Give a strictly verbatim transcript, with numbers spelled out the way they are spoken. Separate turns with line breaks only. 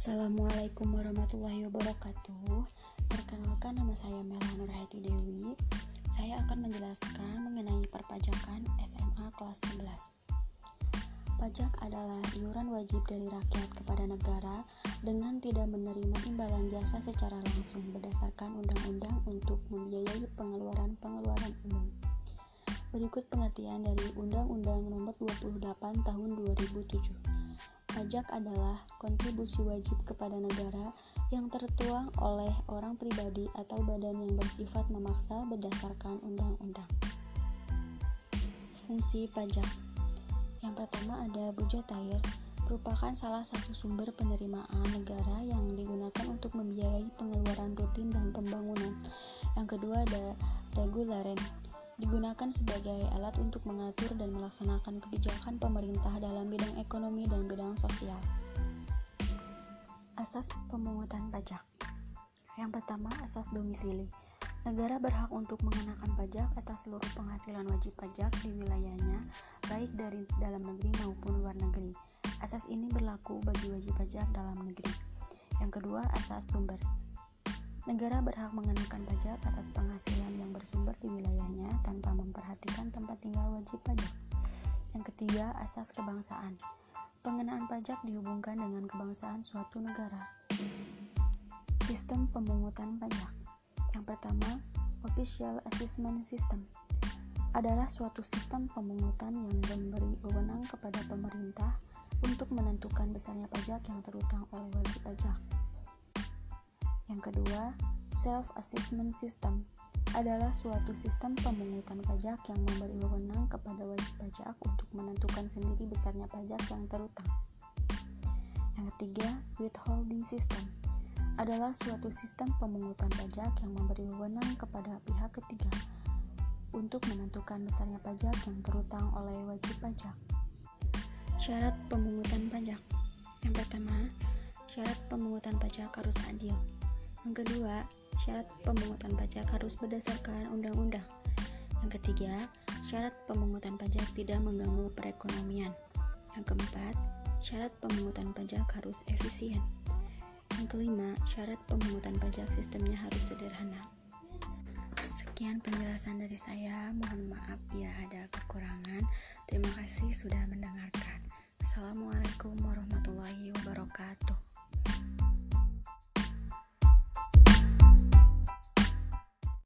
Assalamualaikum warahmatullahi wabarakatuh. Perkenalkan, nama saya Mela Nurhayati Dewi. Saya akan menjelaskan mengenai perpajakan S M A kelas sebelas. Pajak adalah iuran wajib dari rakyat kepada negara dengan tidak menerima imbalan jasa secara langsung berdasarkan undang-undang untuk membiayai pengeluaran-pengeluaran umum. Berikut pengertian dari Undang-Undang Nomor dua puluh delapan Tahun dua ribu tujuh. Pajak adalah kontribusi wajib kepada negara yang tertuang oleh orang pribadi atau badan yang bersifat memaksa berdasarkan undang-undang. Fungsi pajak. Yang pertama ada budgetair, merupakan salah satu sumber penerimaan negara yang digunakan untuk membiayai pengeluaran rutin dan pembangunan. Yang kedua ada regularen, digunakan sebagai alat untuk mengatur dan melaksanakan kebijakan pemerintah dalam bidang ekonomi dan bidang sosial. Asas pemungutan pajak. Yang pertama, asas domisili. Negara berhak untuk mengenakan pajak atas seluruh penghasilan wajib pajak di wilayahnya, baik dari dalam negeri maupun luar negeri. Asas ini berlaku bagi wajib pajak dalam negeri. Yang kedua, asas sumber. Negara berhak mengenakan pajak atas penghasilan yang bersumber di wilayahnya tanpa memperhatikan tempat tinggal wajib pajak. Yang ketiga, asas kebangsaan. Pengenaan pajak dihubungkan dengan kebangsaan suatu negara. Sistem pemungutan pajak. Yang pertama, Official Assessment System adalah suatu sistem pemungutan yang memberi wewenang kepada pemerintah untuk menentukan besarnya pajak yang terutang oleh wajib pajak. Yang kedua, Self-Assessment System adalah suatu sistem pemungutan pajak yang memberi wewenang kepada wajib pajak untuk menentukan sendiri besarnya pajak yang terutang. Yang ketiga, Withholding System adalah suatu sistem pemungutan pajak yang memberi wewenang kepada pihak ketiga untuk menentukan besarnya pajak yang terutang oleh wajib pajak. Syarat pemungutan pajak. Yang pertama, syarat pemungutan pajak harus adil. Yang kedua, syarat pemungutan pajak harus berdasarkan undang-undang. Yang ketiga, syarat pemungutan pajak tidak mengganggu perekonomian. Yang keempat, syarat pemungutan pajak harus efisien. Yang kelima, syarat pemungutan pajak sistemnya harus sederhana. Sekian penjelasan dari saya, mohon maaf bila ada kekurangan. Terima kasih sudah mendengarkan. Assalamualaikum warahmatullahi wabarakatuh.